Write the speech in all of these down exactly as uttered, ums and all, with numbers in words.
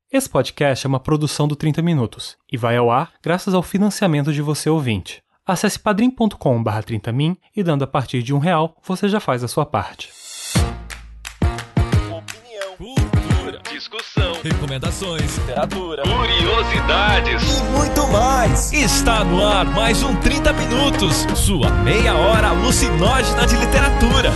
Esse podcast é uma produção do trinta Minutos e vai ao ar graças ao financiamento de você ouvinte. Acesse padrim ponto com barra trinta min e dando a partir de um real, você já faz a sua parte. Opinião, cultura, discussão, recomendações, literatura, curiosidades e muito mais. Está no ar mais um trinta Minutos, sua meia hora alucinógena de literatura.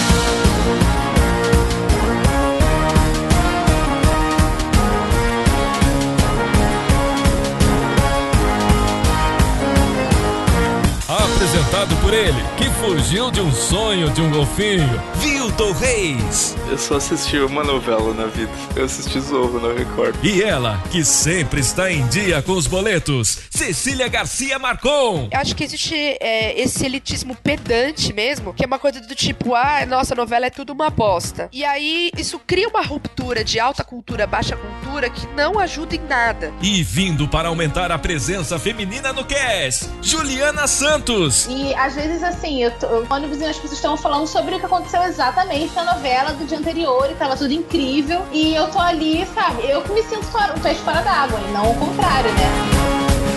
Apresentado por ele, que fugiu de um sonho de um golfinho, Vilton Reis. Eu só assisti uma novela na vida. Eu assisti Zorro na Record. E ela, que sempre está em dia com os boletos, Cecília Garcia Marcon. Eu acho que existe é, esse elitismo pedante mesmo, que é uma coisa do tipo, ah, nossa, novela é tudo uma bosta. E aí, isso cria uma ruptura de alta cultura, baixa cultura, que não ajuda em nada. E vindo para aumentar a presença feminina no cast, Juliana Santos. E às vezes, assim, eu tô, o ônibus e as pessoas estão falando sobre o que aconteceu exatamente na novela do dia anterior e tava tudo incrível. E eu tô ali, sabe, eu que me sinto fora, um peixe fora d'água, e não o contrário, né?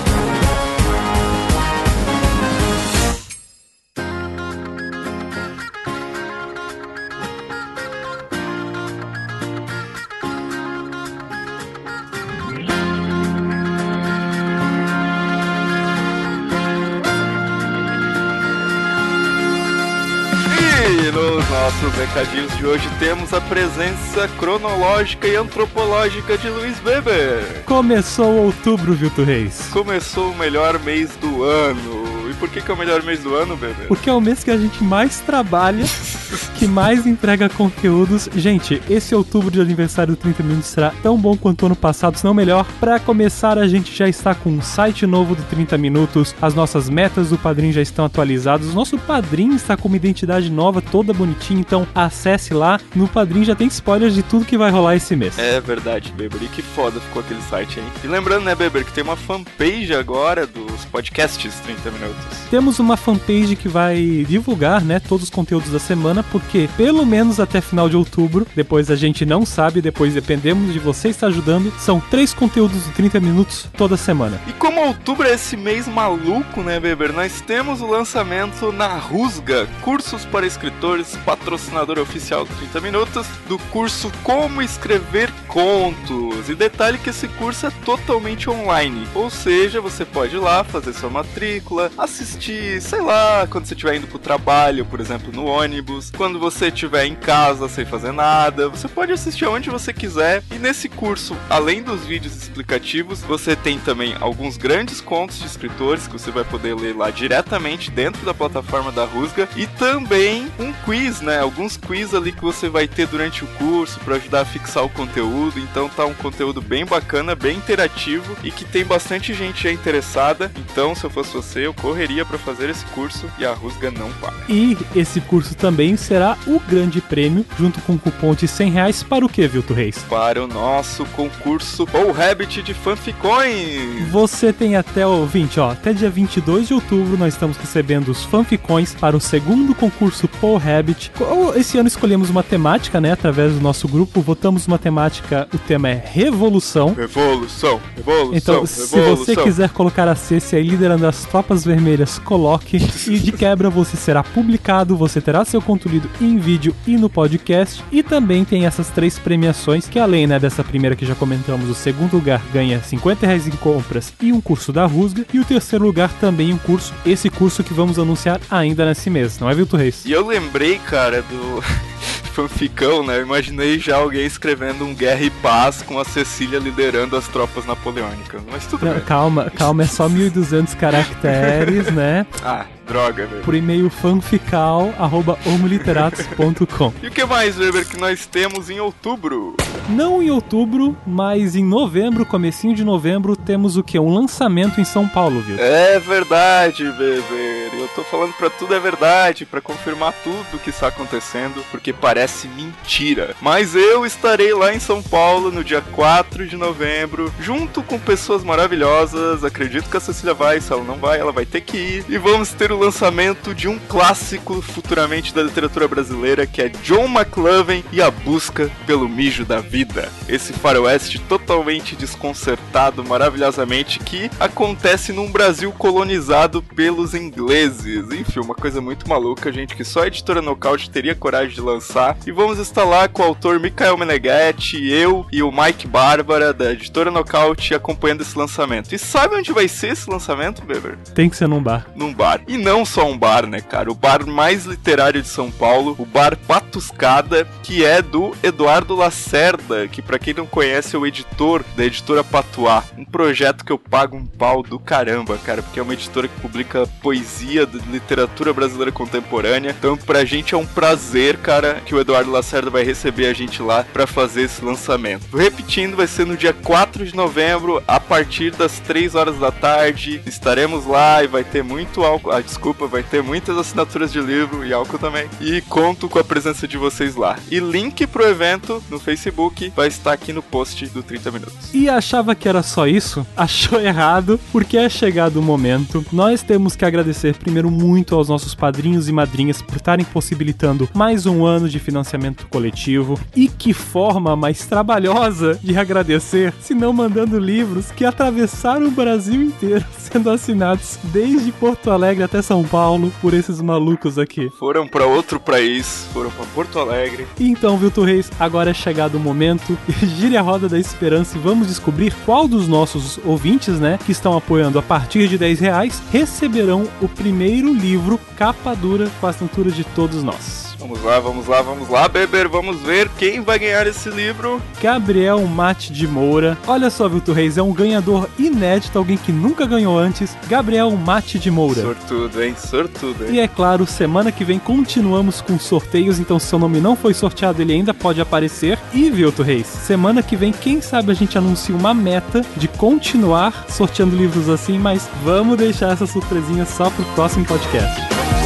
E nos nossos recadinhos de hoje temos a presença cronológica e antropológica de Luiz Weber. Começou outubro, Vilton Reis. Começou o melhor mês do ano. E por que que é o melhor mês do ano, Weber? Porque é o mês que a gente mais trabalha, que mais entrega conteúdos. Gente, esse outubro de aniversário do trinta Minutos será tão bom quanto o ano passado, se não melhor. Pra começar, a gente já está com um site novo do trinta Minutos, as nossas metas do Padrim já estão atualizadas, o nosso Padrim está com uma identidade nova, toda bonitinha, então acesse lá. No Padrim já tem spoilers de tudo que vai rolar esse mês. É verdade, Weber, e que foda ficou aquele site aí. E lembrando, né, Weber, que tem uma fanpage agora dos podcasts trinta Minutos. Temos uma fanpage que vai divulgar, né, todos os conteúdos da semana, porque pelo menos até final de outubro, depois a gente não sabe, depois dependemos de você estar ajudando, são três conteúdos de trinta Minutos toda semana. E como outubro é esse mês maluco, né, Weber, nós temos o lançamento na Rusga, Cursos para Escritores, patrocinador oficial do trinta Minutos, do curso Como Escrever Contos. E detalhe que esse curso é totalmente online, ou seja, você pode ir lá fazer sua matrícula, assistir, sei lá, quando você estiver indo pro trabalho, por exemplo, no ônibus, quando você estiver em casa sem fazer nada, você pode assistir onde você quiser. E nesse curso, além dos vídeos explicativos, você tem também alguns grandes contos de escritores que você vai poder ler lá diretamente dentro da plataforma da Rusga, e também um quiz, né? Alguns quiz ali que você vai ter durante o curso para ajudar a fixar o conteúdo. Então tá um conteúdo bem bacana, bem interativo e que tem bastante gente já interessada. Então, se eu fosse você, eu correria para fazer esse curso e a Rusga não paga. E esse curso também será o grande prêmio, junto com um cupom de cem reais para o que, Vilton Reis? Para o nosso concurso Paul Rabbit de fanficões. Você tem até o vinte, ó, até dia vinte e dois de outubro nós estamos recebendo os fanficões para o segundo concurso Paul Rabbit. Esse ano escolhemos uma temática, né, através do nosso grupo, votamos uma temática, o tema é Revolução. Revolução, Revolução, Então, revolução. se você quiser colocar a Ceci aí liderando as tropas vermelhas, coloque, e de quebra você será publicado, você terá seu conto lido em vídeo e no podcast, e também tem essas três premiações, que além, né, dessa primeira que já comentamos, o segundo lugar ganha cinquenta reais em compras e um curso da Rusga, e o terceiro lugar também um curso, esse curso que vamos anunciar ainda nesse mês, não é, Vilton Reis? E eu lembrei, cara, do fanficão, né? Eu imaginei já alguém escrevendo um Guerra e Paz com a Cecília liderando as tropas napoleônicas, mas tudo Não, bem. calma, calma, é só mil e duzentos caracteres, né? Ah, droga, velho. Por e-mail fanfical arroba homoliteratos ponto com. E o que mais, Weber, que nós temos em outubro? Não em outubro, mas em novembro, comecinho de novembro, temos o quê? Um lançamento em São Paulo, viu? É verdade, Weber. Eu tô falando pra tudo é verdade, pra confirmar tudo que está acontecendo, porque parece mentira. Mas eu estarei lá em São Paulo no dia quatro de novembro, junto com pessoas maravilhosas. Acredito que a Cecília vai, se ela não vai, ela vai ter que ir. E vamos ter o o lançamento de um clássico futuramente da literatura brasileira, que é John McLaughlin e a Busca pelo Mijo da Vida. Esse faroeste totalmente desconcertado, maravilhosamente, que acontece num Brasil colonizado pelos ingleses. Enfim, uma coisa muito maluca, gente, que só a editora Nocaute teria coragem de lançar. E vamos estar lá com o autor Michael Meneghetti, eu e o Mike Bárbara, da editora Nocaute, acompanhando esse lançamento. E sabe onde vai ser esse lançamento, Beber? Tem que ser num bar. Num bar. E não só um bar, né, cara? O bar mais literário de São Paulo, o Bar Patuscada, que é do Eduardo Lacerda, que pra quem não conhece é o editor da editora Patuá. Um projeto que eu pago um pau do caramba, cara, porque é uma editora que publica poesia de literatura brasileira contemporânea. Então pra gente é um prazer, cara, que o Eduardo Lacerda vai receber a gente lá pra fazer esse lançamento. Repetindo, vai ser no dia quatro de novembro, a partir das três horas da tarde. Estaremos lá e vai ter muito álcool. Ah, desculpa, vai ter muitas assinaturas de livro e álcool também. E conto com a presença de vocês lá. E link pro evento no Facebook vai estar aqui no post do trinta minutos. E achava que era só isso? Achou errado, porque é chegado o momento. Nós temos que agradecer primeiro muito aos nossos padrinhos e madrinhas por estarem possibilitando mais um ano de financiamento coletivo. E que forma mais trabalhosa de agradecer, se não mandando livros que atravessaram o Brasil inteiro, sendo assinados desde Porto Alegre até São Paulo por esses malucos aqui. Foram pra outro país, foram pra Porto Alegre. Então, Vilto Reis, agora é chegado o momento. Gire a roda da esperança e vamos descobrir qual dos nossos ouvintes, né, que estão apoiando a partir de dez reais, receberão o primeiro livro capa dura com a assinatura de todos nós. Vamos lá, vamos lá, vamos lá, Beber, vamos ver quem vai ganhar esse livro. Gabriel Mate de Moura. Olha só, Vilto Reis, é um ganhador inédito, alguém que nunca ganhou antes. Gabriel Mate de Moura. Sortudo, hein? Sortudo, hein? E é claro, semana que vem continuamos com sorteios, então se seu nome não foi sorteado, ele ainda pode aparecer. E, Vilto Reis, semana que vem, quem sabe a gente anuncia uma meta de continuar sorteando livros assim, mas vamos deixar essa surpresinha só pro próximo podcast.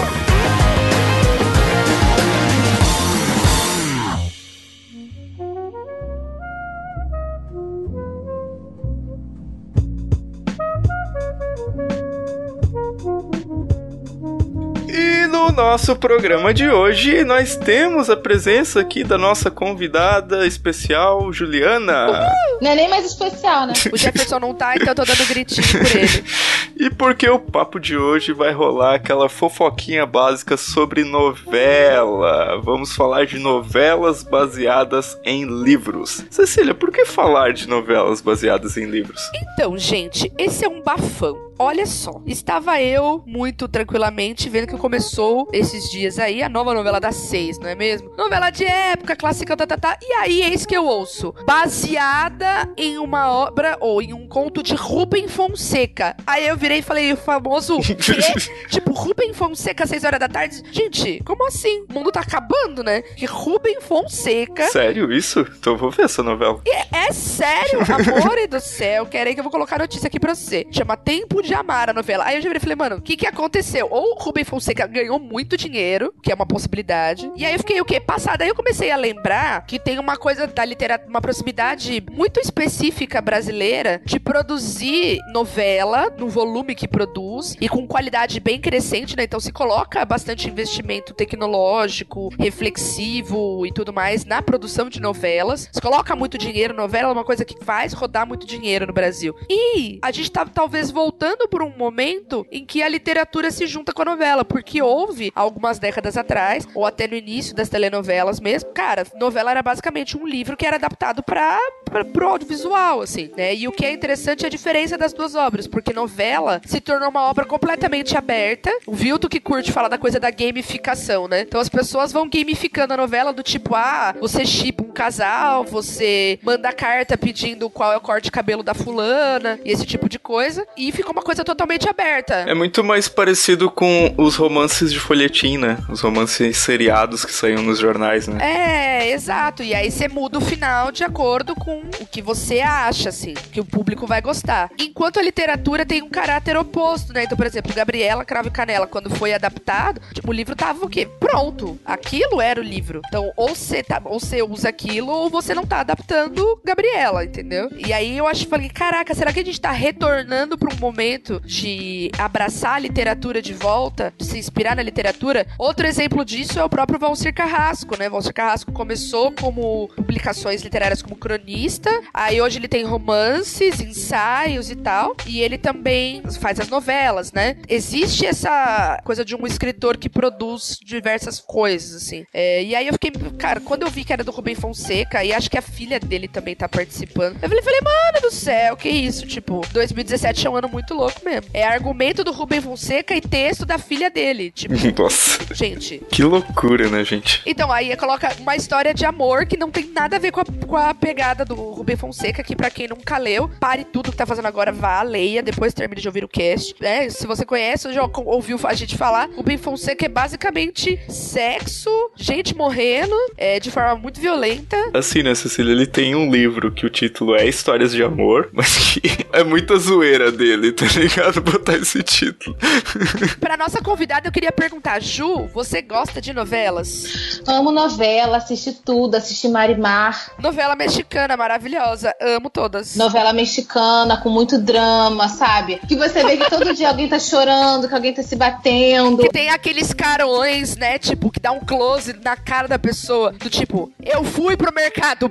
No nosso programa de hoje, nós temos a presença aqui da nossa convidada especial, Juliana. Uhul! Não é nem mais especial, né? O Jefferson não tá, então eu tô dando gritinho por ele. E porque o papo de hoje vai rolar aquela fofoquinha básica sobre novela. Vamos falar de novelas baseadas em livros. Cecília, por que falar de novelas baseadas em livros? Então, gente, esse é um bafão. Olha só, estava eu muito tranquilamente vendo que começou esses dias aí a nova novela das seis, não é mesmo? Novela de época, clássica, tá, tá, tá. E aí, eis que eu ouço, baseada em uma obra ou em um conto de Rubem Fonseca. Aí eu virei e falei, o famoso quê? Tipo, Rubem Fonseca, seis horas da tarde? Gente, como assim? O mundo tá acabando, né? Que Rubem Fonseca... Sério isso? Então eu vou ver essa novela. É, é sério? Amor do céu, querem que eu vou colocar a notícia aqui pra você. Chama Tempo de Amar a novela. Aí eu já virei e falei, mano, o que que aconteceu? Ou o Rubem Fonseca ganhou muito dinheiro, que é uma possibilidade. E aí eu fiquei o quê? Passada. Aí eu comecei a lembrar que tem uma coisa da literatura, uma proximidade muito específica brasileira de produzir novela no volume que produz e com qualidade bem crescente, né? Então se coloca bastante investimento tecnológico, reflexivo e tudo mais na produção de novelas. Se coloca muito dinheiro, novela é uma coisa que faz rodar muito dinheiro no Brasil. E a gente tá talvez voltando por um momento em que a literatura se junta com a novela, porque houve, algumas décadas atrás, ou até no início das telenovelas mesmo, cara, novela era basicamente um livro que era adaptado pra, pra, pro audiovisual, assim, né? E o que é interessante é a diferença das duas obras, porque novela se tornou uma obra completamente aberta. O Vilto que curte falar da coisa da gamificação, né? Então as pessoas vão gamificando a novela do tipo, ah, você shippa um casal, você manda carta pedindo qual é o corte de cabelo da fulana, e esse tipo de coisa, e ficou uma coisa totalmente aberta. É muito mais parecido com os romances de folhetim, né? Os romances seriados que saíam nos jornais, né? É, exato. E aí você muda o final de acordo com o que você acha, assim, que o público vai gostar. Enquanto a literatura tem um caráter oposto, né? Então, por exemplo, Gabriela Cravo e Canela, quando foi adaptado, tipo, o livro tava o quê? Pronto. Aquilo era o livro. Então, ou você tá, ou você usa aquilo, ou você não tá adaptando Gabriela, entendeu? E aí eu acho, falei, caraca, será que a gente tá retornando pra um momento movimento de abraçar a literatura de volta, de se inspirar na literatura. Outro exemplo disso é o próprio Valcir Carrasco, né? Valcir Carrasco começou como publicações literárias como cronista, aí hoje ele tem romances, ensaios e tal, e ele também faz as novelas, né? Existe essa coisa de um escritor que produz diversas coisas, assim. É, e aí eu fiquei, cara, quando eu vi que era do Rubem Fonseca, e acho que a filha dele também tá participando, eu falei, falei, mano do céu, que isso? Tipo, dois mil e dezessete é um ano muito louco mesmo. É argumento do Rubem Fonseca e texto da filha dele. Tipo, nossa. Gente. Que loucura, né, gente? Então, aí coloca uma história de amor que não tem nada a ver com a, com a pegada do Rubem Fonseca, que pra quem nunca leu, pare tudo que tá fazendo agora, vá, leia, depois termine de ouvir o cast. É, se você conhece, ou já ouviu a gente falar, Rubem Fonseca é basicamente sexo, gente morrendo, é, de forma muito violenta. Assim, né, Cecília, ele tem um livro que o título é Histórias de Amor, mas que é muita zoeira dele, tá ligado? Botar esse título. Pra nossa convidada, eu queria perguntar, Ju, você gosta de novelas? Amo novela, assisti tudo, assisti Marimar. Novela mexicana, maravilhosa, amo todas. Novela mexicana, com muito drama, sabe? Que você vê que todo dia alguém tá chorando, que alguém tá se batendo. Que tem aqueles carões, né, tipo, que dá um close na cara da pessoa, do tipo, eu fui pro mercado,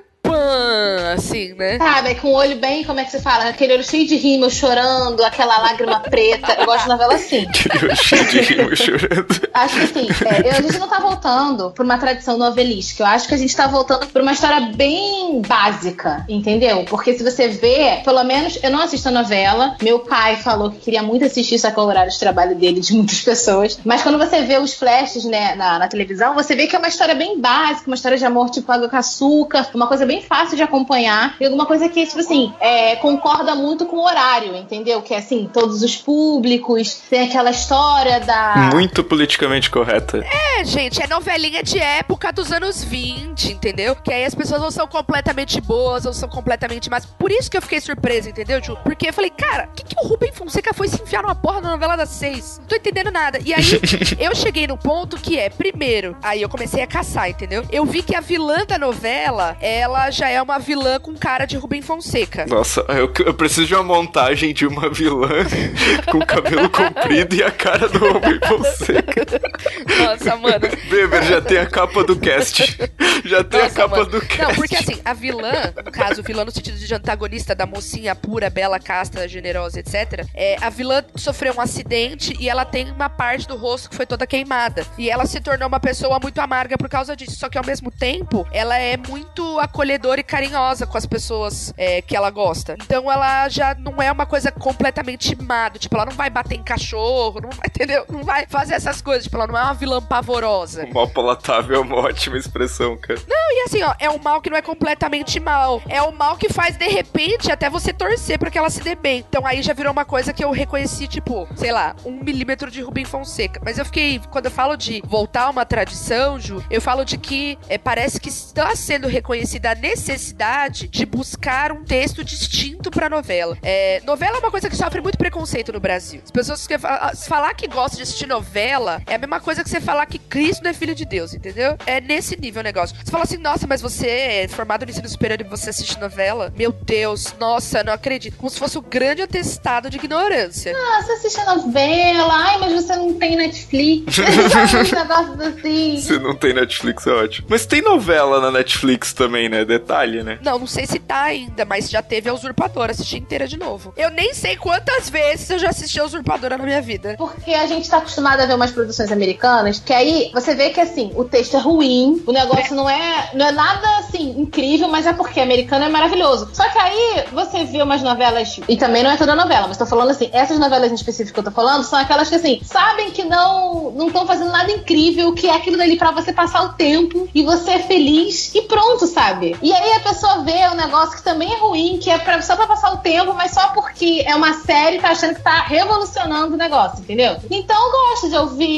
pã, assim, né? Sabe, com o olho bem, como é que você fala? Aquele olho cheio de rímel chorando, aquela lágrima preta. Eu gosto de novela assim. Aquele olho cheio de rímel chorando. Acho que assim, é, a gente não tá voltando pra uma tradição novelística. Eu acho que a gente tá voltando pra uma história bem básica, entendeu? Porque se você vê, pelo menos, eu não assisto a novela. Meu pai falou que queria muito assistir, só que é o horário de trabalho dele, de muitas pessoas. Mas quando você vê os flashes, né, na, na televisão, você vê que é uma história bem básica, uma história de amor tipo água com açúcar, uma coisa bem fácil de acompanhar, e alguma coisa que, tipo assim, é, concorda muito com o horário, entendeu? Que é assim, todos os públicos, tem aquela história da... Muito politicamente correta. É, gente, é novelinha de época dos anos vinte, entendeu? Que aí as pessoas não são completamente boas, ou são completamente más. Por isso que eu fiquei surpresa, entendeu, Ju? Porque eu falei, cara, o que, que o Rubem Fonseca foi se enfiar numa porra da novela das seis? Não tô entendendo nada. E aí, eu cheguei no ponto que é, primeiro, aí eu comecei a caçar, entendeu? Eu vi que a vilã da novela, ela já é uma vilã com cara de Rubem Fonseca. Nossa, eu, eu preciso de uma montagem de uma vilã com cabelo comprido e a cara do Rubem Fonseca. Nossa, mano. Beber, já tem a capa do cast. Já tem Nossa, a capa mano. do cast. Não, porque assim, a vilã, no caso, vilã no sentido de antagonista da mocinha pura, bela, casta, generosa, etcétera. É, a vilã sofreu um acidente e ela tem uma parte do rosto que foi toda queimada. E ela se tornou uma pessoa muito amarga por causa disso. Só que ao mesmo tempo, ela é muito acolhedora e carinhosa com as pessoas é, que ela gosta. Então ela já não é uma coisa completamente má. Tipo, ela não vai bater em cachorro, não vai, entendeu? Não vai fazer essas coisas. Tipo, ela não é uma vilã pavorosa. O mal palatável é uma ótima expressão, cara. Não, e assim, ó, é um mal que não é completamente mal. É um mal que faz, de repente, até você torcer pra que ela se dê bem. Então aí já virou uma coisa que eu reconheci, tipo, sei lá, um milímetro de Rubem Fonseca. Mas eu fiquei, quando eu falo de voltar a uma tradição, Ju, eu falo de que é, parece que está sendo reconhecida a necessidade de buscar um texto distinto pra novela. É, novela é uma coisa que sofre muito preconceito no Brasil. As pessoas que falar que gostam de assistir novela é a mesma coisa que você falar que Cristo não é filho de Deus, entendeu? É nesse nível o negócio. Você fala assim, nossa, mas você é formado no ensino superior e você assiste novela? Meu Deus, nossa, não acredito. Como se fosse o grande atestado de ignorância. Ah, você assiste novela, ai, mas você não tem Netflix. Uns negócios assim. Você não tem Netflix, é ótimo. Mas tem novela na Netflix também, né? Detalhe, né? Não, não sei se tá ainda, mas já teve a Usurpadora, assisti inteira de novo. Eu nem sei quantas vezes eu já assisti a Usurpadora na minha vida. Porque a gente tá acostumado a ver umas produções americanas, que aí você vê que, assim, o texto é ruim, o negócio não é, não é nada, assim, incrível, mas é porque americano é maravilhoso. Só que aí você vê umas novelas, e também não é toda novela, mas tô falando assim, essas novelas em específico que eu tô falando, são aquelas que, assim, sabem que não não estão fazendo nada incrível, que é aquilo dali pra você passar o tempo e você é feliz e pronto, sabe? E aí a pessoa vê um negócio que também é ruim, que é pra, só pra passar o tempo, mas só porque é uma série, tá achando que tá revolucionando o negócio, entendeu? Então eu gosto de ouvir,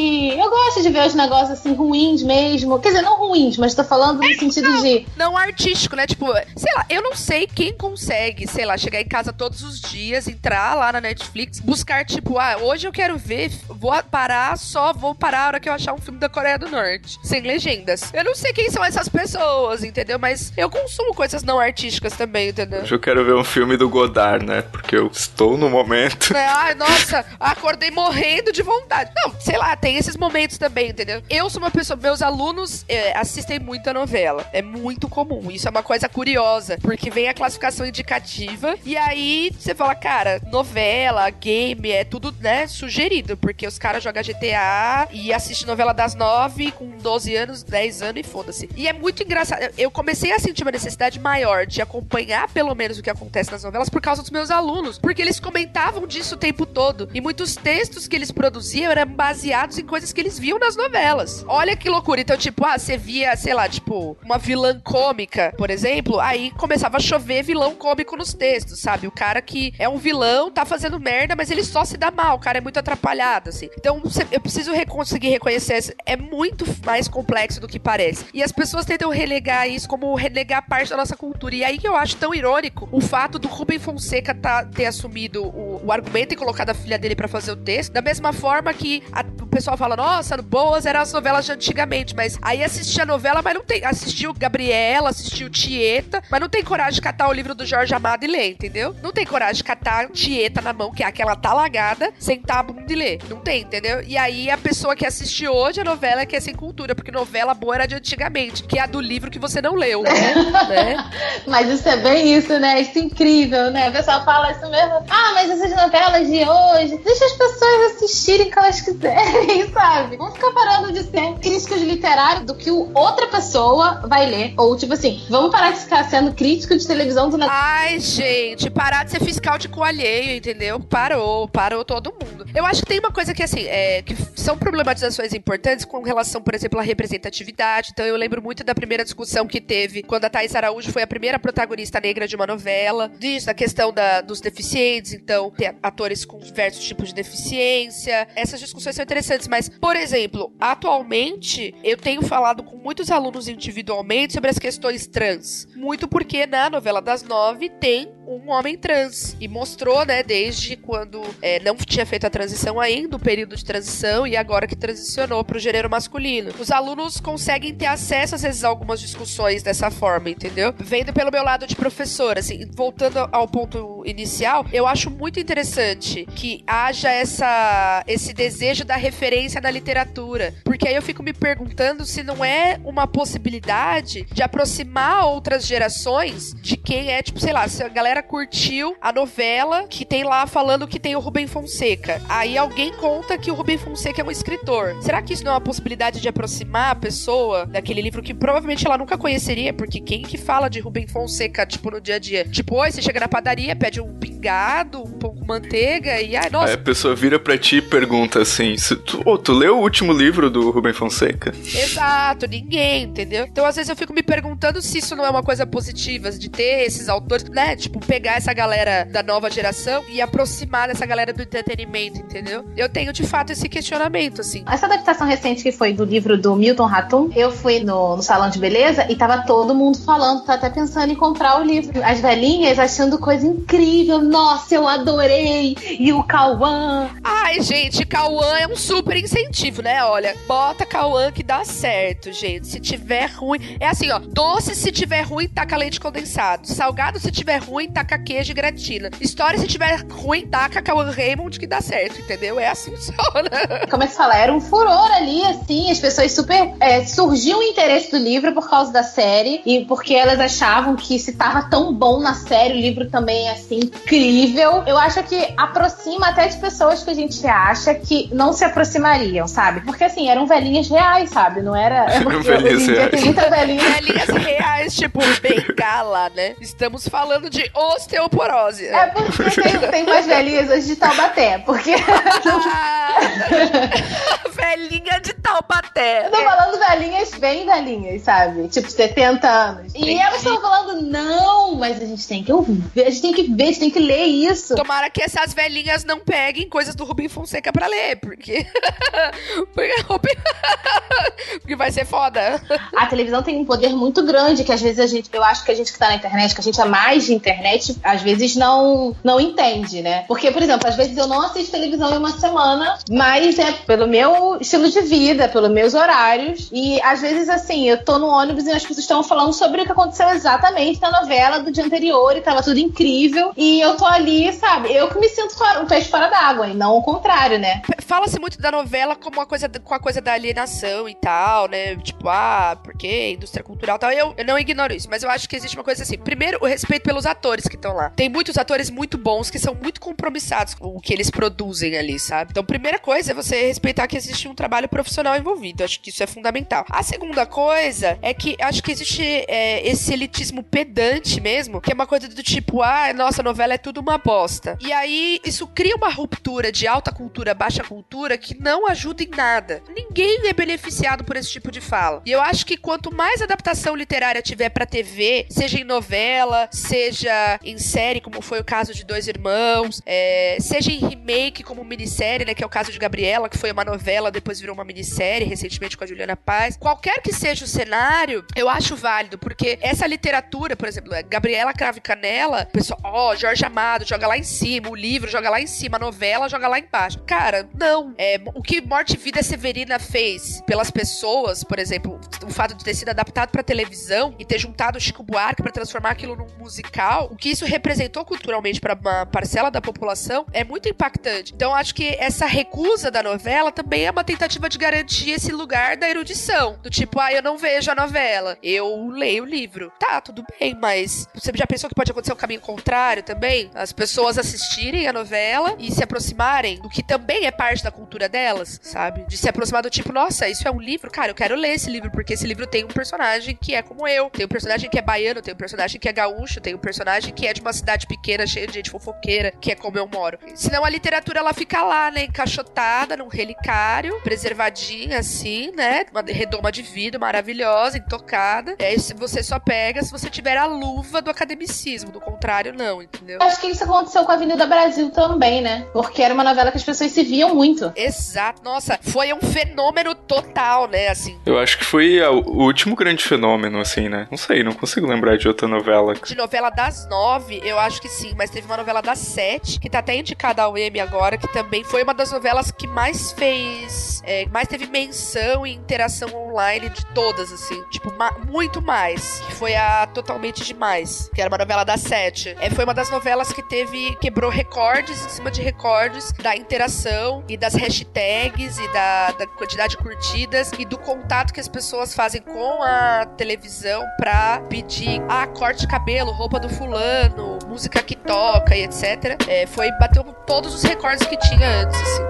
Eu gosto de ver os negócios assim ruins mesmo. Quer dizer, não ruins, mas tô falando no sentido não, de... Não artístico, né? Tipo, sei lá, eu não sei quem consegue, sei lá, chegar em casa todos os dias, entrar lá na Netflix, buscar, tipo, ah, hoje eu quero ver, vou parar, só vou parar a hora que eu achar um filme da Coreia do Norte, sem legendas. Eu não sei quem são essas pessoas, entendeu? Mas eu consumo coisas não artísticas também, entendeu? Hoje eu quero ver um filme do Godard, né? Porque eu estou no momento. É, ai, nossa, acordei morrendo de vontade. Não, sei lá, tem esses momentos também, entendeu? Eu sou uma pessoa, meus alunos é, assistem muita novela. É muito comum. Isso é uma coisa curiosa, porque vem a classificação indicativa e aí você fala, cara, novela, game, é tudo, né, sugerido, porque os caras jogam G T A e assistem novela das nove com doze anos, dez anos e foda-se. E é muito engraçado. Eu comecei a sentir uma necessidade maior de acompanhar pelo menos o que acontece nas novelas por causa dos meus alunos, porque eles comentavam disso o tempo todo. E muitos textos que eles produziam eram baseados em coisas que eles viam nas novelas. Olha que loucura. Então, tipo, ah, você via, sei lá, tipo, uma vilã cômica, por exemplo, aí começava a chover vilão cômico nos textos, sabe? O cara que é um vilão, tá fazendo merda, mas ele só se dá mal, o cara é muito atrapalhado, assim. Então, eu preciso re- conseguir reconhecer, é muito mais complexo do que parece. E as pessoas tentam relegar isso como relegar parte da nossa cultura. E aí que eu acho tão irônico o fato do Rubem Fonseca tá, ter assumido o, o argumento e colocado a filha dele pra fazer o texto, da mesma forma que a, o pessoal fala, nossa, boas eram as novelas de antigamente, mas aí assistia a novela, mas não tem, assistiu Gabriela, assistiu Tieta, mas não tem coragem de catar o livro do Jorge Amado e ler, entendeu? Não tem coragem de catar Tieta na mão, que é aquela talagada, sentar a bunda e ler. Não tem, entendeu? E aí a pessoa que assiste hoje a novela é que é sem cultura, porque novela boa era de antigamente, que é a do livro que você não leu, né? Mas isso é bem isso, né? Isso é incrível, né? O pessoal fala isso mesmo. Ah, mas essas novelas de hoje, deixa as pessoas assistirem o que elas quiserem, sabe? Vamos ficar parando de ser críticos literários do que o outra pessoa vai ler. Ou, tipo assim, vamos parar de ficar sendo crítico de televisão do... Ai, gente, parar de ser fiscal de cu alheio, entendeu? Parou, parou todo mundo. Eu acho que tem uma coisa que, assim, é, que são problematizações importantes com relação, por exemplo, à representatividade. Então, eu lembro muito da primeira discussão que teve quando a Thaís Araújo foi a primeira protagonista negra de uma novela. Disso, da questão da, dos deficientes, então, ter atores com diversos tipos de deficiência. Essas discussões são interessantes, mas, por exemplo, atualmente, eu tenho falado com muitos alunos individualmente sobre as questões trans. Muito porque na novela das nove tem um homem trans. E mostrou, né, desde quando é, não tinha feito a transição ainda, o período de transição, e agora que transicionou pro gênero masculino. Os alunos conseguem ter acesso, às vezes, a algumas discussões dessa forma, entendeu? Vendo pelo meu lado de professor, assim, voltando ao ponto inicial, eu acho muito interessante que haja essa, esse desejo da referência na literatura. Porque aí eu fico me perguntando se não é uma possibilidade de aproximar outras gerações de quem é, tipo, sei lá, se a galera curtiu a novela que tem lá falando que tem o Rubem Fonseca. Aí alguém conta que o Rubem Fonseca é um escritor. Será que isso não é uma possibilidade de aproximar a pessoa daquele livro que provavelmente ela nunca conheceria? Porque quem que fala de Rubem Fonseca, tipo, no dia a dia? Tipo, oi, você chega na padaria, pede um pingado, um pão com manteiga e, ai, nossa. Aí a pessoa vira pra ti e pergunta assim, se tu, oh, tu leu o último livro do Rubem Fonseca? Exato, ninguém, entendeu? Então, às vezes eu fico me perguntando se isso não é uma coisa positiva, de ter esses autores, né? Tipo, pegar essa galera da nova geração e aproximar dessa galera do entretenimento, entendeu? Eu tenho, de fato, esse questionamento, assim. Essa adaptação recente que foi do livro do Milton Ratum, eu fui no, no salão de beleza e tava todo mundo falando, tá até pensando em comprar o livro. As velhinhas achando coisa incrível, nossa, eu adorei, e o Cauã. Ai, gente, Cauã é um super incentivo, né? Olha, bota Cauã que dá certo, gente. Se tiver ruim, é assim, ó, doce se tiver ruim, taca leite condensado. Salgado se tiver ruim, taca queijo e gratina. História se tiver ruim, taca Cauã Raymond que dá certo, entendeu? É assim que funciona. Como é que fala? Era um furor ali, assim, as pessoas super... É, surgiu o interesse do livro por causa da série e porque elas achavam que se tava tão bom na série, o livro também é, assim, incrível. Eu acho que aproxima até de pessoas que a gente acha que não se aproximariam, sabe? Porque, assim, eram velhinhas reais, sabe? Não era... É porque velhinhas reais. Tem muita velhinha. Velhinhas reais, tipo, bengala, né? Estamos falando de osteoporose. É porque tem, tem mais velhinhas hoje de Taubaté, porque... Ah, velhinha de Taubaté. Eu tô falando velhinhas bem velhinhas, sabe? Tipo, setenta anos. E elas estão falando, não, mas a gente tem que ouvir, a gente tem que ver, a gente tem que ler isso. Tomara que essas velhinhas não peguem coisas do Rubem Fonseca pra ler, porque... porque... porque vai ser foda. A televisão tem um poder muito grande, que às vezes a gente, eu acho que a gente que tá na internet, que a gente é mais de internet, às vezes não, não entende, né? Porque, por exemplo, às vezes eu não assisto televisão em uma semana, mas é pelo meu estilo de vida, pelos meus horários, e às vezes, assim, eu tô no ônibus e as pessoas estão falando sobre o que aconteceu exatamente na novela do dia anterior, e tava tudo incrível, e eu tô ali, sabe, eu que me sinto fora, um peixe fora d'água, e não o contrário, né? Fala-se muito da novela como uma coisa, com a coisa da alienação e tal, né? Tipo, ah, porque indústria cultural e tal. Eu, eu não ignoro isso, mas eu acho que existe uma coisa assim. Primeiro, o respeito pelos atores que estão lá. Tem muitos atores muito bons que são muito compromissados com o que eles produzem ali, sabe? Então, primeira coisa é você respeitar que existe um trabalho profissional envolvido. Eu acho que isso é fundamental. A segunda coisa é que acho que existe é, esse elitismo pedante mesmo, que é uma coisa do tipo, ah, nossa, a novela é tudo uma bosta. E aí, isso cria uma ruptura de alta cultura, baixa cultura, que não ajuda em nada. Ninguém é beneficiado por esse tipo de fala. E eu acho que quanto mais adaptação literária tiver pra T V, seja em novela, seja em série, como foi o caso de Dois Irmãos, é, seja em remake, como minissérie, né, que é o caso de Gabriela, que foi uma novela, depois virou uma minissérie, recentemente com a Juliana Paz. Qualquer que seja o cenário, eu acho válido, porque essa literatura, por exemplo, Gabriela Cravo e Canela, o pessoal, ó, oh, Jorge Amado, joga lá em cima, o livro joga lá em cima, a novela joga lá embaixo. Cara, não. É, o que Morte e Vida Severina fez pelas pessoas, por exemplo, o fato de ter sido adaptado pra televisão e ter juntado o Chico Buarque pra transformar aquilo num musical, o que isso representou culturalmente pra uma parcela da população é muito impactante. Então, acho que essa recusa da novela também é uma tentativa de garantir esse lugar da erudição. Do tipo, ah, eu não vejo a novela, eu leio o livro. Tá, tudo bem, mas você já pensou que pode acontecer o caminho contrário também? As pessoas assistirem a novela e se aproximarem do que também é parte da cultura delas, sabe? De se aproximar do tipo, nossa, isso é um livro? Cara, eu quero ler esse livro, porque esse livro tem um personagem que é como eu, tem um personagem que é baiano, tem um personagem que é gaúcho, tem um personagem que é de uma cidade pequena, cheia de gente fofoqueira, que é como eu moro. Senão a literatura, ela fica lá, né, encaixotada num relicário, preservadinha assim, né, uma redoma de vidro maravilhosa, intocada. É, você só pega se você tiver a luva do academicismo, do contrário não, entendeu? Acho que isso aconteceu com a Avenida Brasil também, né? Porque era uma novela que as pessoas se viam muito. Exato. Nossa, foi um fenômeno total, né, assim. Eu acho que foi a, o último grande fenômeno, assim, né? Não sei, não consigo lembrar de outra novela. De novela das nove, eu acho que sim, mas teve uma novela das sete, que tá até indicada ao Emmy agora, que também foi uma das novelas que mais fez, é, mais teve menção e interação online de todas, assim, tipo, ma- muito mais, que foi a Totalmente Demais, que era uma novela das sete. É, foi uma das novelas que teve, quebrou recordes em cima de recordes da interação e das hashtags e da, da quantidade de curtidas e do contato que as pessoas fazem com a televisão pra pedir, ah, corte de cabelo, roupa do fulano, música que toca e etcétera. É, foi, bateu todos os recordes que tinha antes, assim.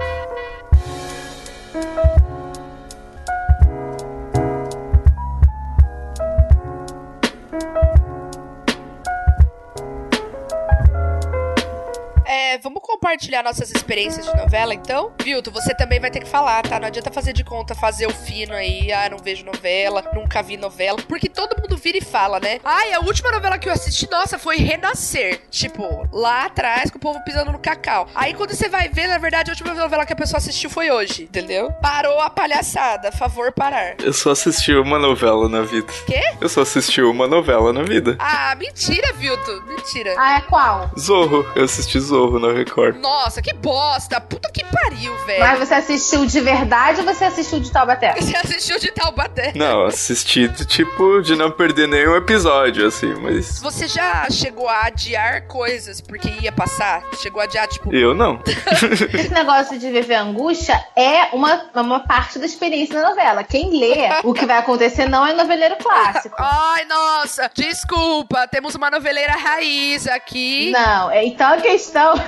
É, vamos compartilhar nossas experiências de novela, então? Vilto, você também vai ter que falar, tá? Não adianta fazer de conta, fazer o fino aí, ah, não vejo novela, nunca vi novela, porque todo mundo vira e fala, né? Ai, a última novela que eu assisti, nossa, foi Renascer. Tipo, lá atrás, com o povo pisando no cacau. Aí quando você vai ver, na verdade, a última novela que a pessoa assistiu foi hoje, entendeu? Parou a palhaçada, favor parar. Eu só assisti uma novela na vida. Quê? Eu só assisti uma novela na vida. Ah, mentira, Vilto, mentira. Ah, é qual? Zorro, eu assisti Zorro na Record. Nossa, que bosta, puta que pariu, velho. Mas você assistiu de verdade ou você assistiu de Taubaté? Você assistiu de Taubaté? Não, assisti do tipo de não perder nenhum episódio, assim, mas... Você já chegou a adiar coisas porque ia passar? Chegou a adiar, tipo... Eu não. Esse negócio de viver angústia é uma, uma parte da experiência da novela. Quem lê o que vai acontecer não é noveleiro clássico. Ai, nossa, desculpa, temos uma noveleira raiz aqui. Não, é, então a questão...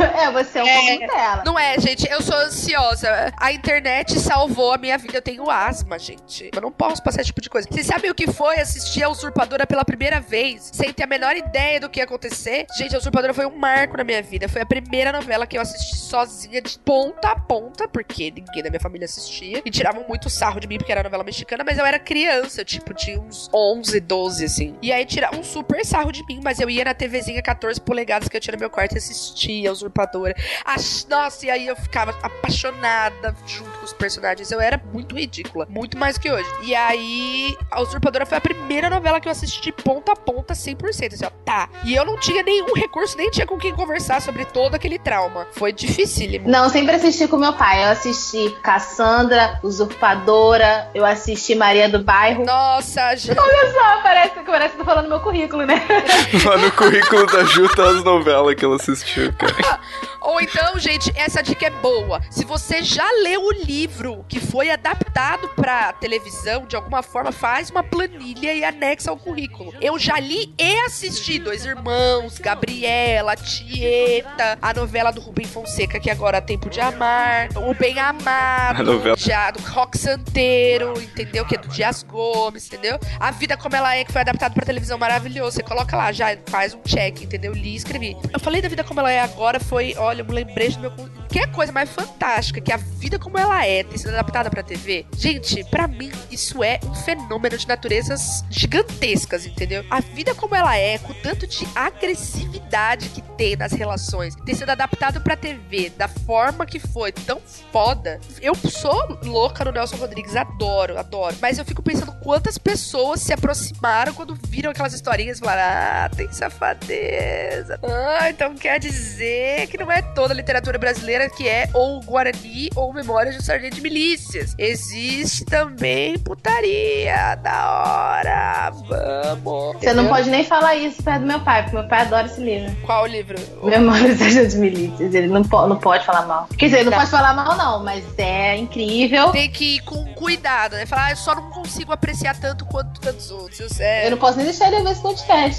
É, você é um É. pouco dela. Não é, gente, eu sou ansiosa. A internet salvou a minha vida. Eu tenho asma, gente. Eu não posso passar esse tipo de coisa. Vocês sabem o que foi assistir a Usurpadora pela primeira vez, sem ter a menor ideia do que ia acontecer? Gente, a Usurpadora foi um marco na minha vida. Foi a primeira novela que eu assisti sozinha, de ponta a ponta, porque ninguém da minha família assistia. E tiravam muito sarro de mim, porque era novela mexicana, mas eu era criança, eu, tipo, tinha uns onze, doze, assim. E aí tiravam um super sarro de mim, mas eu ia na TVzinha quatorze polegadas que eu tinha no meu quarto e assistia a Usurpadora. Ach, nossa, e aí eu ficava apaixonada junto com os personagens. Eu era muito ridícula, muito mais que hoje. E aí, a Usurpadora foi a primeira novela que eu assisti de ponta a ponta, cem por cento. Assim, ó, tá. E eu não tinha nenhum recurso, nem tinha com quem conversar sobre todo aquele trauma. Foi dificílimo. Não, sempre assisti com meu pai. Eu assisti Cassandra, Usurpadora, eu assisti Maria do Bairro. Nossa, gente. Olha só, parece, parece que eu tô falando meu currículo, né? Lá no currículo da Ju tá as novelas que ela assistiu, cara. Ou então, gente, essa dica é boa. Se você já leu o livro que foi adaptado pra televisão, de alguma forma, faz uma planilha e anexa ao currículo. Eu já li e assisti Dois Irmãos, Gabriela, Tieta, a novela do Rubem Fonseca, que agora é Tempo de Amar, O Bem Amado, A novela. já, do Rock Santeiro, entendeu? Que é do Dias Gomes, entendeu? A Vida Como Ela É, que foi adaptado pra televisão, maravilhoso. Você coloca lá, já faz um check, entendeu? Li e escrevi. Eu falei da Vida Como Ela É agora, foi, olha, eu me lembrei do meu... Que é a coisa mais fantástica, que a Vida Como Ela É ter sido adaptada pra T V. Gente, pra mim, isso é um fenômeno de naturezas gigantescas, entendeu? A Vida Como Ela É, com o tanto de agressividade que tem nas relações, ter sido adaptado pra T V da forma que foi, tão foda. Eu sou louca no Nelson Rodrigues, adoro, adoro. Mas eu fico pensando quantas pessoas se aproximaram quando viram aquelas historinhas e falaram: ah, tem safadeza. Ah, então quer dizer que não é toda a literatura brasileira que é ou Guarani ou Memórias de um Sargento de Milícias. Existe também putaria da hora. Vamos. Você não pode nem falar isso perto do meu pai, porque meu pai adora esse livro. Qual livro? Memórias de Milícias. Ele não, po- não pode falar mal. Quer dizer, ele não Tá. pode falar mal, não, mas é incrível. Tem que ir com cuidado, né? Falar, ah, eu só não consigo apreciar tanto quanto tantos outros. É... Eu não posso nem deixar ele ouvir esse podcast.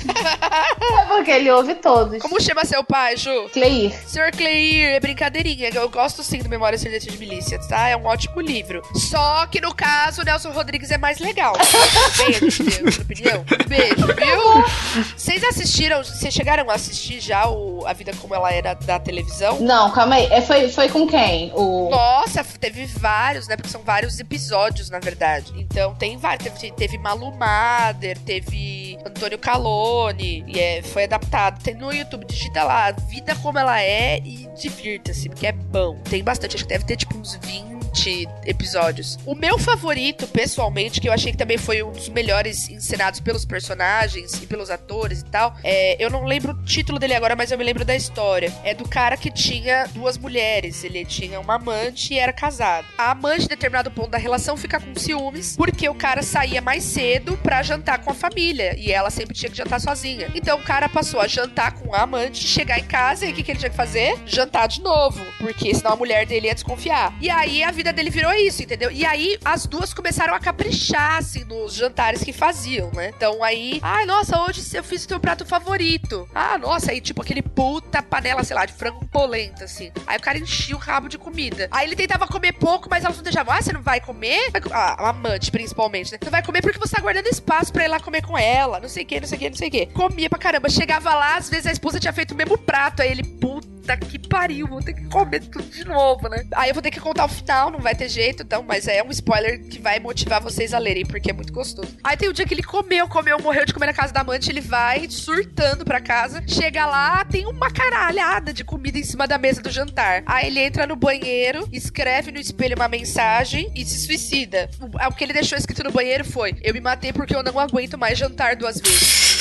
É porque ele ouve todos. Como chama seu pai, Ju? Cleir. senhor Cleir, é brincadeirinha. Eu gosto sim do Memórias Secretas de Milícia, tá? É um ótimo livro. Só que no caso, o Nelson Rodrigues é mais legal. Beijo, na minha opinião. Beijo, viu? Vocês assistiram, vocês chegaram a assistir já o A Vida Como Ela Era da televisão? Não, calma aí. É, foi, foi com quem? O... Nossa, teve vários, né? Porque são vários episódios, na verdade. Então tem vários. Teve, teve Malu Mader, teve Antônio Calone. E é, foi adaptado. Tem no YouTube, digita lá, Vida Como Ela É e divirta-se, porque é bom. Tem bastante, acho que deve ter tipo uns vinte episódios. O meu favorito, pessoalmente, que eu achei que também foi um dos melhores encenados pelos personagens e pelos atores e tal, é, eu não lembro o título dele agora, mas eu me lembro da história. É do cara que tinha duas mulheres. Ele tinha uma amante e era casado. A amante, em determinado ponto da relação, fica com ciúmes, porque o cara saía mais cedo pra jantar com a família, e ela sempre tinha que jantar sozinha. Então o cara passou a jantar com a amante, chegar em casa, e o que, que ele tinha que fazer? Jantar de novo, porque senão a mulher dele ia desconfiar. E aí a vida dele virou isso, entendeu? E aí as duas começaram a caprichar, assim, nos jantares que faziam, né? Então aí, ai, nossa, hoje eu fiz o teu prato favorito. Ah, nossa, aí tipo aquele puta panela, sei lá, de frango polenta, assim. Aí o cara enchia o rabo de comida. Aí ele tentava comer pouco, mas elas não deixavam. Ah, você não vai comer? Vai co- ah, a amante, principalmente, né? Não vai comer porque você tá guardando espaço pra ir lá comer com ela. Não sei o que, não sei o que, não sei o que. Comia pra caramba. Chegava lá, às vezes a esposa tinha feito o mesmo prato. Aí ele, puta que pariu, vou ter que comer tudo de novo, né? Aí eu vou ter que contar o final, não vai ter jeito, então, mas é um spoiler que vai motivar vocês a lerem, porque é muito gostoso. Aí tem o dia que ele comeu, comeu, morreu de comer na casa da amante, ele vai surtando pra casa, chega lá, tem uma caralhada de comida em cima da mesa do jantar. Aí ele entra no banheiro, escreve no espelho uma mensagem e se suicida. O, o que ele deixou escrito no banheiro foi: eu me matei porque eu não aguento mais jantar duas vezes.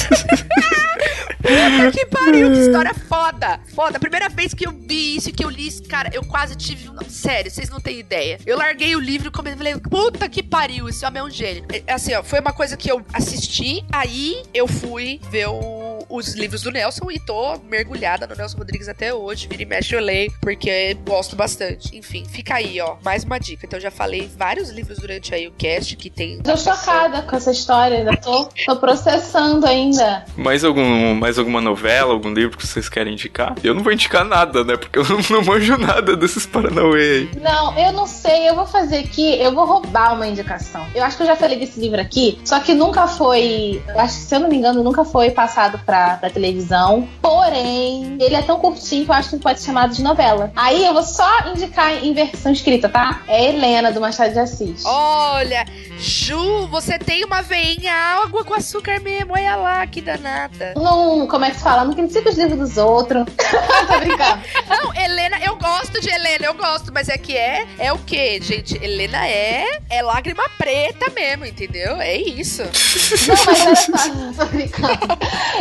Puta que pariu, que história foda. Foda, a primeira vez que eu vi isso, que eu li isso, cara, eu quase tive... Não, sério, vocês não têm ideia. Eu larguei o livro e falei, puta que pariu, esse homem é um gênio. É, assim, ó, foi uma coisa que eu assisti, aí eu fui ver o, amo os livros do Nelson e tô mergulhada no Nelson Rodrigues até hoje. Vira e mexe eu leio, porque gosto bastante. Enfim, fica aí, ó. Mais uma dica. Então, eu já falei vários livros durante aí o cast que tem... Tô chocada com essa história, ainda tô, tô processando ainda. Mais, algum, mais alguma novela, algum livro que vocês querem indicar? Eu não vou indicar nada, né? Porque eu não, não manjo nada desses Paranauê aí. Não, eu não sei. Eu vou fazer aqui, eu vou roubar uma indicação. Eu acho que eu já falei desse livro aqui, só que nunca foi... Acho que, se eu não me engano, nunca foi passado pra, pra televisão. Porém, ele é tão curtinho que eu acho que pode ser chamado de novela. Aí eu vou só indicar em versão escrita, tá? É Helena, do Machado de Assis. Olha, Ju, você tem uma veinha água com açúcar mesmo. Olha lá, que danada. Não, como é que se fala? Não critica os livros dos outros. Tô brincando. Não, Helena, eu gosto de Helena, eu gosto, mas é que é, é o quê, gente? Helena é, é lágrima preta mesmo, entendeu? É isso. Não, mas olha só, tô brincando.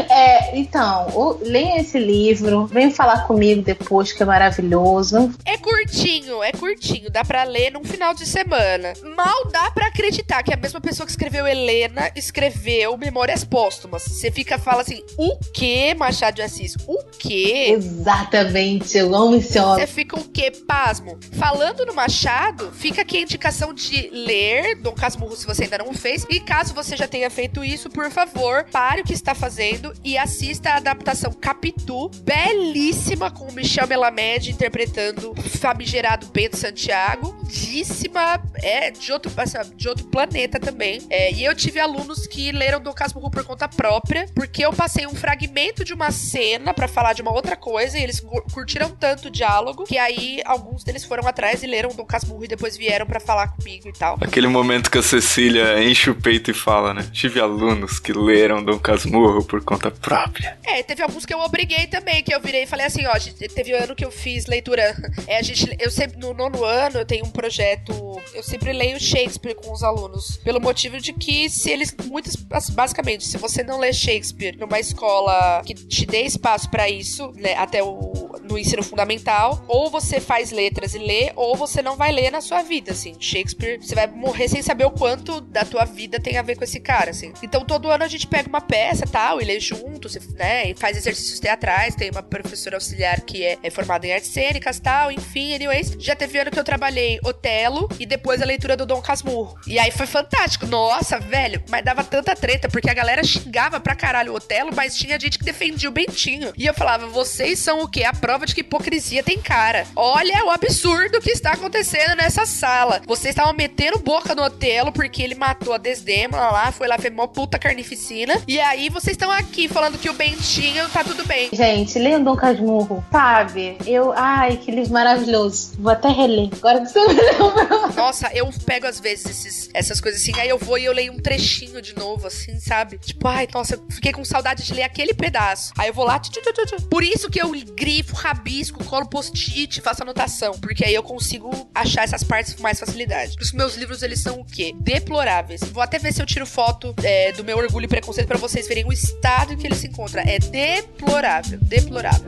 É, então, o, leia esse livro, vem falar comigo depois, que é maravilhoso. É curtinho, é curtinho, dá pra ler num final de semana. Mal dá pra acreditar que a mesma pessoa que escreveu Helena escreveu Memórias Póstumas. Você fica, fala assim, o quê, Machado de Assis? O quê? Exatamente, eu amo esse homem. Você fica o quê? Pasmo. Falando no Machado, fica aqui a indicação de ler Dom Casmurro, se você ainda não fez. E caso você já tenha feito isso, por favor, pare o que está fazendo e assista a adaptação Capitu, belíssima, com o Michel Melamed interpretando o famigerado Bento Santiago. Lindíssima, é de outro, de outro planeta também. É, e eu tive alunos que leram Dom Casmurro por conta própria, porque eu passei um fragmento de uma cena pra falar de uma outra coisa e eles curtiram tanto o diálogo que aí alguns deles foram atrás e leram Dom Casmurro e depois vieram pra falar comigo e tal. Aquele momento que a Cecília enche o peito e fala, né? Tive alunos que leram Dom Casmurro por conta própria. É, teve alguns que eu obriguei também, que eu virei e falei assim, ó, teve ano que eu fiz leitura, é, a gente, eu sempre, no nono ano, eu tenho um projeto, eu sempre leio Shakespeare com os alunos, pelo motivo de que se eles, muitas, basicamente, se você não lê Shakespeare numa escola que te dê espaço pra isso, né, até o, no ensino fundamental, ou você faz letras e lê, ou você não vai ler na sua vida, assim, Shakespeare, você vai morrer sem saber o quanto da tua vida tem a ver com esse cara, assim. Então, todo ano a gente pega uma peça, tal, e lê junto, né, e faz exercícios teatrais, tem uma professora auxiliar que é, é formada em artes cênicas, tal, enfim, anyways. Já teve ano que eu trabalhei Otelo e depois a leitura do Dom Casmurro. E aí foi fantástico. Nossa, velho, mas dava tanta treta, porque a galera xingava pra caralho o Otelo, mas tinha gente que defendia o Bentinho. E eu falava, vocês são o quê? A prova de que hipocrisia tem cara. Olha o absurdo que está acontecendo nessa sala. Vocês estavam metendo boca no Otelo porque ele matou a Desdémona lá, foi lá, fez mó puta carnificina. E aí vocês estão aqui falando que o Bentinho tá tudo bem. Gente, leiam Dom Casmurro, sabe? Eu, ai, que livro maravilhoso. Vou até reler. Agora que você me lembra. Nossa, eu pego às vezes esses, essas coisas assim, aí eu vou e eu leio um trechinho de novo, assim, sabe? Tipo, ai, nossa, eu fiquei com saudade de ler aquele pedaço. Aí eu vou lá, tchu, tchu, tchu, tchu. Por isso que eu grifo, rabisco, colo post-it, faço anotação, porque aí eu consigo achar essas partes com mais facilidade. Os meus livros, eles são o quê? Deploráveis. Vou até ver se eu tiro foto é, do meu Orgulho e Preconceito pra vocês verem o estado em que ele se encontra. É deplorável, deplorável.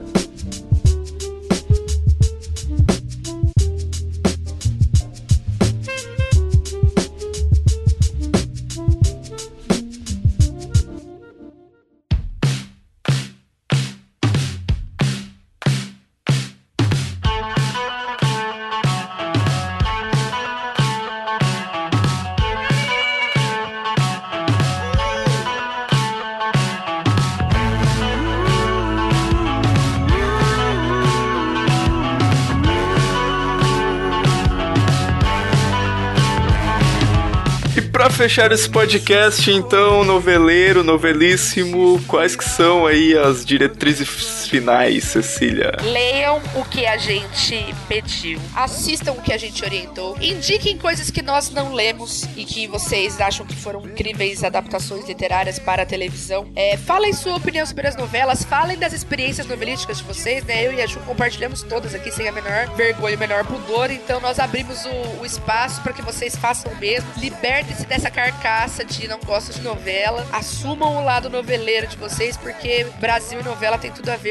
Pra fechar esse podcast, então, noveleiro, novelíssimo, quais que são aí as diretrizes finais, Cecília? Leiam o que a gente pediu, assistam o que a gente orientou, indiquem coisas que nós não lemos e que vocês acham que foram incríveis adaptações literárias para a televisão. É, falem sua opinião sobre as novelas, falem das experiências novelísticas de vocês, né? Eu e a Ju compartilhamos todas aqui sem a menor vergonha e o menor pudor, então nós abrimos o, o espaço para que vocês façam o mesmo. Libertem-se dessa carcaça de não gosto de novela, assumam o lado noveleiro de vocês, porque Brasil e novela tem tudo a ver,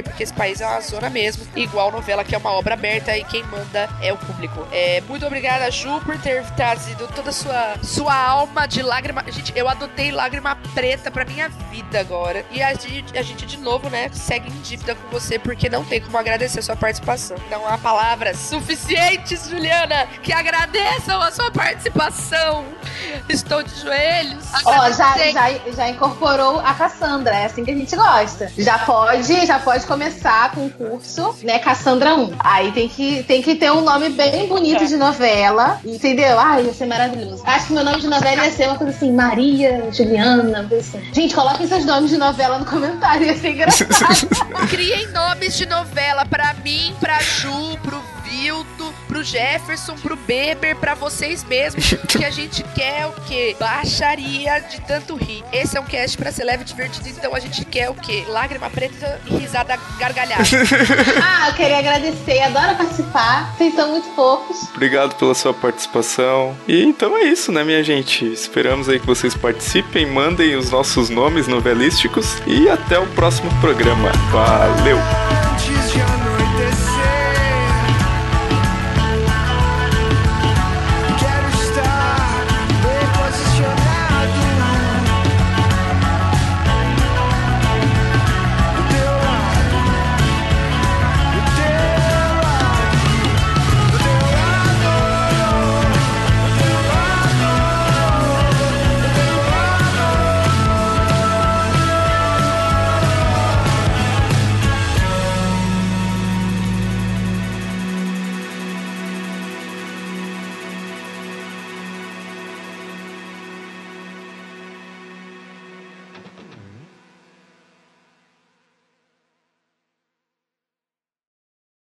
porque esse país é uma zona mesmo, igual novela que é uma obra aberta e quem manda é o público. É, muito obrigada, Ju, por ter trazido toda a sua, sua alma de lágrima. Gente, eu adotei lágrima preta pra minha vida agora. E a gente, a gente, de novo, né, segue em dívida com você, porque não tem como agradecer a sua participação. Então há palavras suficientes, Juliana, que agradeçam a sua participação. Estou de joelhos. Ó, já, já, já incorporou a Cassandra, é assim que a gente gosta. Já pode, já pode começar com o curso, né, Cassandra um. Aí tem que, tem que ter um nome bem bonito de novela, entendeu? Ai, ia ser maravilhoso. Acho que meu nome de novela ia ser uma coisa assim, Maria, Juliana, uma coisa assim. Gente, coloquem seus nomes de novela no comentário, ia ser engraçado. Criem nomes de novela pra mim, pra Ju, pro Vildo, pro Jefferson, pro Beber, pra vocês mesmos, que a gente quer o quê? Baixaria de tanto rir. Esse é um cast pra ser leve e divertido, então a gente quer o quê? Lágrima preta e risada gargalhada. Ah, eu queria agradecer, adoro participar, vocês são muito fofos. Obrigado pela sua participação. E então é isso, né, minha gente? Esperamos aí que vocês participem, mandem os nossos nomes novelísticos e até o próximo programa. Valeu!